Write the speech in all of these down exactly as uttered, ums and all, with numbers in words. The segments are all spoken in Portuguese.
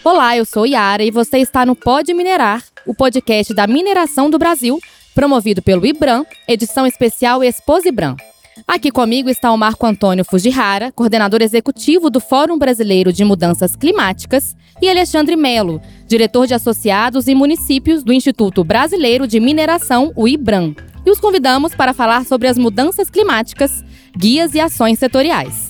Olá, eu sou Yara e você está no Pode Minerar, o podcast da mineração do Brasil, promovido pelo IBRAM, edição especial Exposibram. Aqui comigo está o Marco Antônio Fujihara, coordenador executivo do Fórum Brasileiro de Mudanças Climáticas, e Alexandre Melo, diretor de Associados e Municípios do Instituto Brasileiro de Mineração, o IBRAM. E os convidamos para falar sobre as mudanças climáticas, guias e ações setoriais.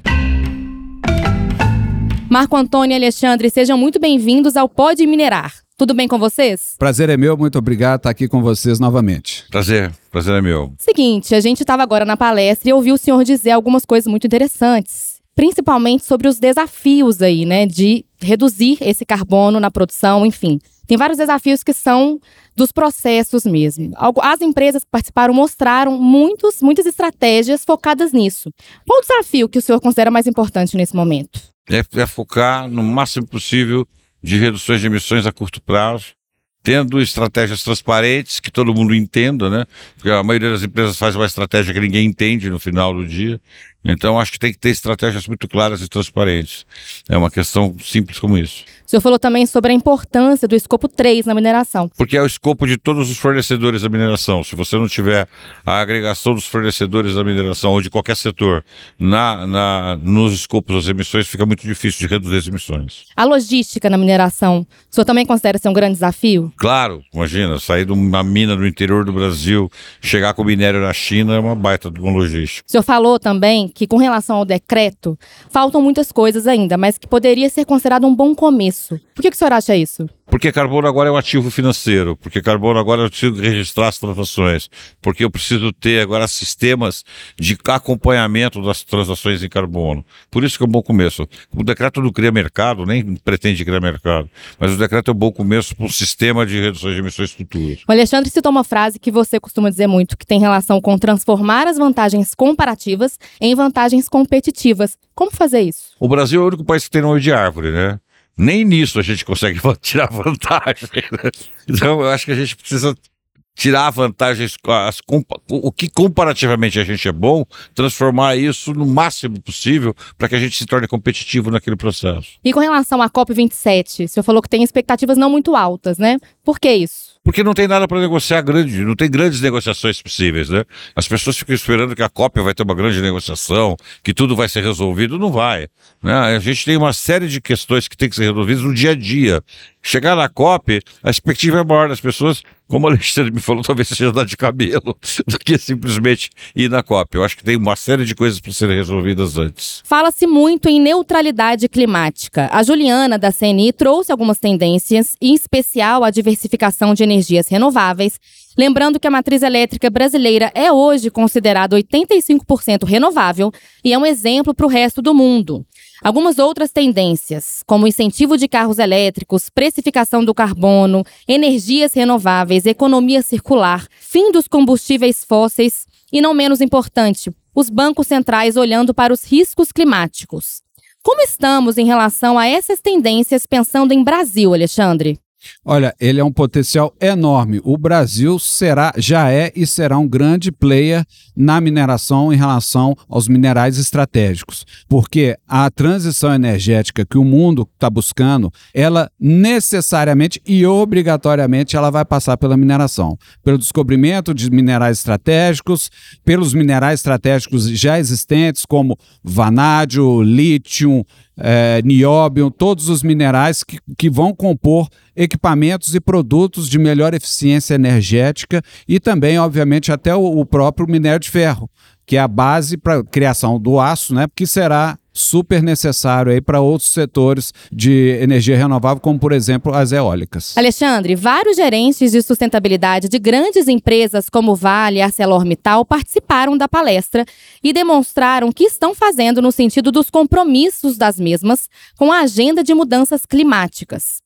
Marco Antônio e Alexandre, sejam muito bem-vindos ao Pode Minerar. Tudo bem com vocês? Prazer é meu, muito obrigado por estar aqui com vocês novamente. Prazer, prazer é meu. Seguinte, a gente estava agora na palestra e ouviu o senhor dizer algumas coisas muito interessantes, principalmente sobre os desafios aí, né, de reduzir esse carbono na produção, enfim. Tem vários desafios que são dos processos mesmo. As empresas que participaram mostraram muitos, muitas estratégias focadas nisso. Qual o desafio que o senhor considera mais importante nesse momento? É, é focar no máximo possível de reduções de emissões a curto prazo, tendo estratégias transparentes, que todo mundo entenda, né? Porque a maioria das empresas faz uma estratégia que ninguém entende no final do dia. Então, acho que tem que ter estratégias muito claras e transparentes. É uma questão simples como isso. O senhor falou também sobre a importância do escopo três na mineração. Porque é o escopo de todos os fornecedores da mineração. Se você não tiver a agregação dos fornecedores da mineração ou de qualquer setor na, na, nos escopos das emissões, fica muito difícil de reduzir as emissões. A logística na mineração, o senhor também considera ser um grande desafio? Claro, imagina, sair de uma mina do interior do Brasil, chegar com minério na China é uma baita de uma logística. O senhor falou também que com relação ao decreto, faltam muitas coisas ainda, mas que poderia ser considerado um bom começo. Por que, que o senhor acha isso? Porque carbono agora é um ativo financeiro, porque carbono agora eu preciso registrar as transações, porque eu preciso ter agora sistemas de acompanhamento das transações em carbono. Por isso que é um bom começo. O decreto não cria mercado, nem pretende criar mercado, mas o decreto é um bom começo para um sistema de reduções de emissões futuras. O Alexandre citou uma frase que você costuma dizer muito, que tem relação com transformar as vantagens comparativas em vantagens competitivas. Como fazer isso? O Brasil é o único país que tem nome de árvore, né? Nem nisso a gente consegue tirar vantagem. Né? Então, eu acho que a gente precisa tirar vantagens, as, o que comparativamente a gente é bom, transformar isso no máximo possível para que a gente se torne competitivo naquele processo. E com relação à COP vinte e sete, o senhor falou que tem expectativas não muito altas, né? Por que isso? Porque não tem nada para negociar grande, não tem grandes negociações possíveis, né? As pessoas ficam esperando que a COP vai ter uma grande negociação, que tudo vai ser resolvido, não vai. Né? A gente tem uma série de questões que tem que ser resolvidas no dia a dia. Chegar na COP, a expectativa é maior das pessoas, como o Alexandre me falou, talvez seja dar de cabelo, do que simplesmente ir na COP. Eu acho que tem uma série de coisas para serem resolvidas antes. Fala-se muito em neutralidade climática. A Juliana, da C N I, trouxe algumas tendências, em especial a diversificação de energias renováveis, lembrando que a matriz elétrica brasileira é hoje considerada oitenta e cinco por cento renovável e é um exemplo para o resto do mundo. Algumas outras tendências, como incentivo de carros elétricos, precificação do carbono, energias renováveis, economia circular, fim dos combustíveis fósseis e, não menos importante, os bancos centrais olhando para os riscos climáticos. Como estamos em relação a essas tendências pensando em Brasil, Alexandre? Olha, ele é um potencial enorme. O Brasil será, já é e será um grande player na mineração em relação aos minerais estratégicos, porque a transição energética que o mundo está buscando, ela necessariamente e obrigatoriamente ela vai passar pela mineração, pelo descobrimento de minerais estratégicos, pelos minerais estratégicos já existentes como vanádio, lítio, É, nióbio, todos os minerais que, que vão compor equipamentos e produtos de melhor eficiência energética e também, obviamente, até o, o próprio minério de ferro, que é a base para a criação do aço, né, que será super necessário aí para outros setores de energia renovável, como, por exemplo, as eólicas. Alexandre, vários gerentes de sustentabilidade de grandes empresas como Vale e ArcelorMittal participaram da palestra e demonstraram o que estão fazendo no sentido dos compromissos das mesmas com a agenda de mudanças climáticas.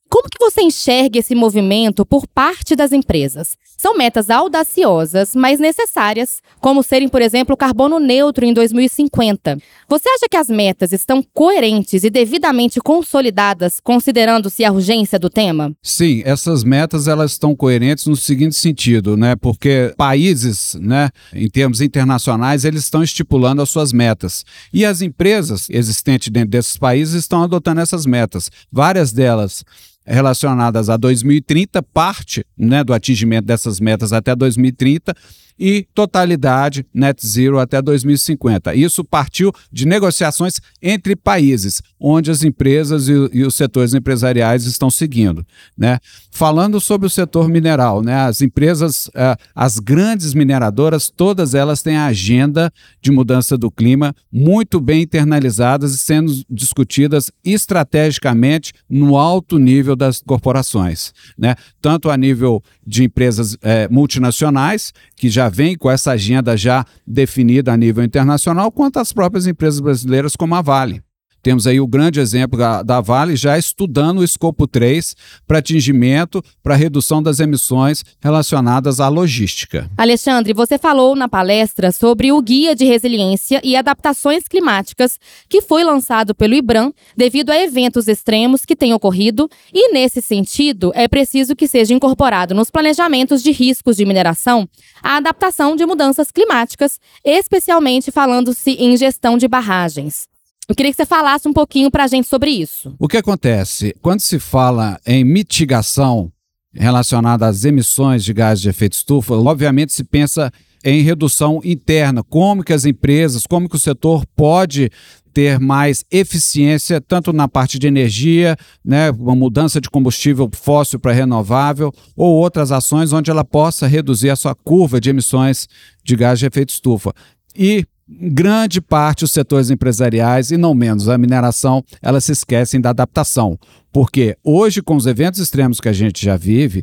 Como que você enxerga esse movimento por parte das empresas? São metas audaciosas, mas necessárias, como serem, por exemplo, carbono neutro em dois mil e cinquenta. Você acha que as metas estão coerentes e devidamente consolidadas, considerando-se a urgência do tema? Sim, essas metas elas estão coerentes no seguinte sentido, né? Porque países, né, em termos internacionais, eles estão estipulando as suas metas. E as empresas existentes dentro desses países estão adotando essas metas. Várias delas relacionadas a dois mil e trinta, parte, né, do atingimento dessas metas até dois mil e trinta e totalidade net zero até dois mil e cinquenta. Isso partiu de negociações entre países, onde as empresas e, e os setores empresariais estão seguindo, né? Falando sobre o setor mineral, né, as empresas, uh, as grandes mineradoras, todas elas têm a agenda de mudança do clima muito bem internalizadas e sendo discutidas estrategicamente no alto nível das corporações, né? Tanto a nível de empresas eh, multinacionais, que já vem com essa agenda já definida a nível internacional, quanto as próprias empresas brasileiras como a Vale. Temos aí o grande exemplo da, da Vale já estudando o escopo três para atingimento, para redução das emissões relacionadas à logística. Alexandre, você falou na palestra sobre o Guia de Resiliência e Adaptações Climáticas que foi lançado pelo IBRAM devido a eventos extremos que têm ocorrido e, nesse sentido, é preciso que seja incorporado nos planejamentos de riscos de mineração a adaptação de mudanças climáticas, especialmente falando-se em gestão de barragens. Eu queria que você falasse um pouquinho para a gente sobre isso. O que acontece? Quando se fala em mitigação relacionada às emissões de gases de efeito estufa, obviamente se pensa em redução interna, como que as empresas, como que o setor pode ter mais eficiência, tanto na parte de energia, né, uma mudança de combustível fóssil para renovável, ou outras ações onde ela possa reduzir a sua curva de emissões de gás de efeito estufa. E grande parte os setores empresariais, e não menos a mineração, elas se esquecem da adaptação. Porque hoje, com os eventos extremos que a gente já vive,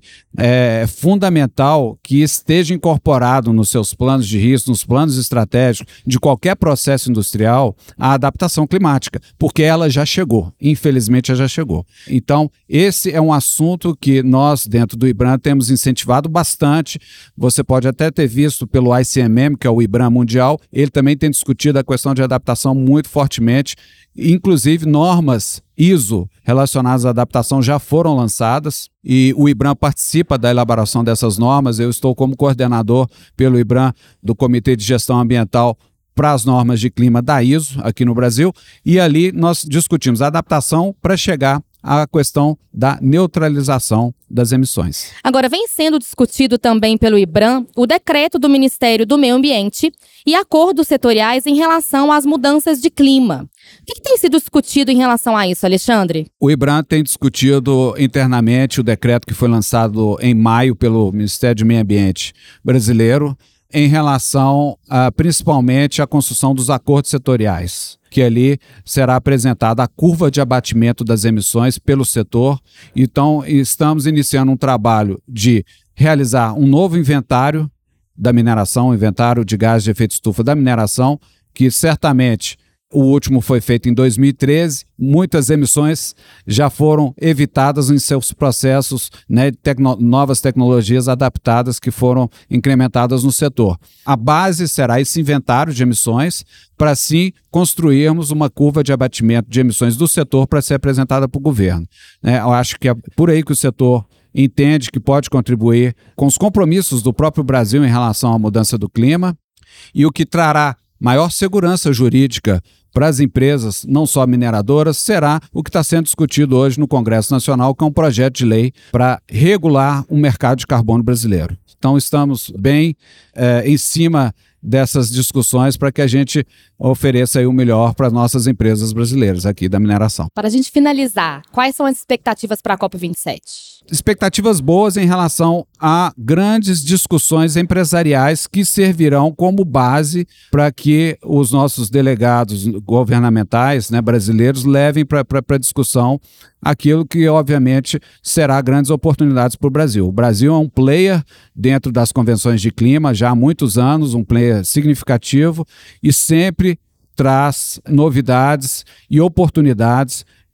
é fundamental que esteja incorporado nos seus planos de risco, nos planos estratégicos de qualquer processo industrial, a adaptação climática, porque ela já chegou, infelizmente ela já chegou. Então, esse é um assunto que nós, dentro do IBRAM, temos incentivado bastante. Você pode até ter visto pelo I C M M, que é o IBRAM Mundial, ele também tem discutido a questão de adaptação muito fortemente. Inclusive, normas I S O relacionadas à adaptação já foram lançadas e o IBRAM participa da elaboração dessas normas. Eu estou como coordenador pelo IBRAM do Comitê de Gestão Ambiental para as normas de clima da I S O aqui no Brasil, e ali nós discutimos a adaptação para chegar à questão da neutralização das emissões. Agora, vem sendo discutido também pelo IBRAM o decreto do Ministério do Meio Ambiente e acordos setoriais em relação às mudanças de clima. O que, que tem sido discutido em relação a isso, Alexandre? O IBRAM tem discutido internamente o decreto que foi lançado em maio pelo Ministério do Meio Ambiente brasileiro em relação a, principalmente à construção dos acordos setoriais, que ali será apresentada a curva de abatimento das emissões pelo setor. Então, estamos iniciando um trabalho de realizar um novo inventário da mineração, um inventário de gases de efeito estufa da mineração, que certamente o último foi feito em dois mil e treze, muitas emissões já foram evitadas em seus processos, né, tecno- novas tecnologias adaptadas que foram incrementadas no setor. A base será esse inventário de emissões, para assim construirmos uma curva de abatimento de emissões do setor para ser apresentada para o governo. Né, eu acho que é por aí que o setor entende que pode contribuir com os compromissos do próprio Brasil em relação à mudança do clima, e o que trará maior segurança jurídica para as empresas, não só mineradoras, será o que está sendo discutido hoje no Congresso Nacional, que é um projeto de lei para regular o mercado de carbono brasileiro. Então, estamos bem é, em cima dessas discussões para que a gente ofereça aí o melhor para as nossas empresas brasileiras aqui da mineração. Para a gente finalizar, quais são as expectativas para a COP vinte e sete? Expectativas boas em relação a grandes discussões empresariais que servirão como base para que os nossos delegados governamentais, né, brasileiros levem para a discussão aquilo que, obviamente, será grandes oportunidades para o Brasil. O Brasil é um player dentro das convenções de clima já há muitos anos, um player significativo e sempre traz novidades e oportunidades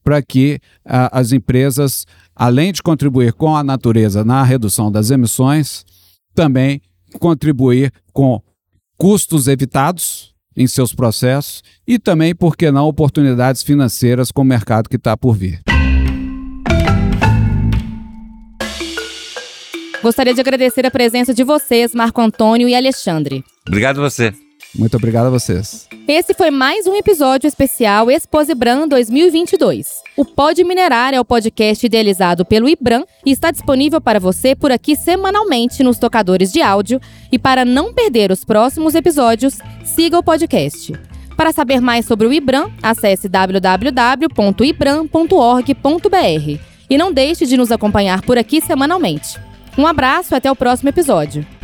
para que uh, as empresas, além de contribuir com a natureza na redução das emissões, também contribuir com custos evitados em seus processos e também, por que não, oportunidades financeiras com o mercado que está por vir. Gostaria de agradecer a presença de vocês, Marco Antônio e Alexandre. Obrigado a você. Muito obrigado a vocês. Esse foi mais um episódio especial Exposibram dois mil e vinte e dois. O Pode Minerar é o podcast idealizado pelo IBRAM e está disponível para você por aqui semanalmente nos tocadores de áudio. E para não perder os próximos episódios, siga o podcast. Para saber mais sobre o IBRAM, acesse w w w ponto ibram ponto org ponto b r e não deixe de nos acompanhar por aqui semanalmente. Um abraço e até o próximo episódio.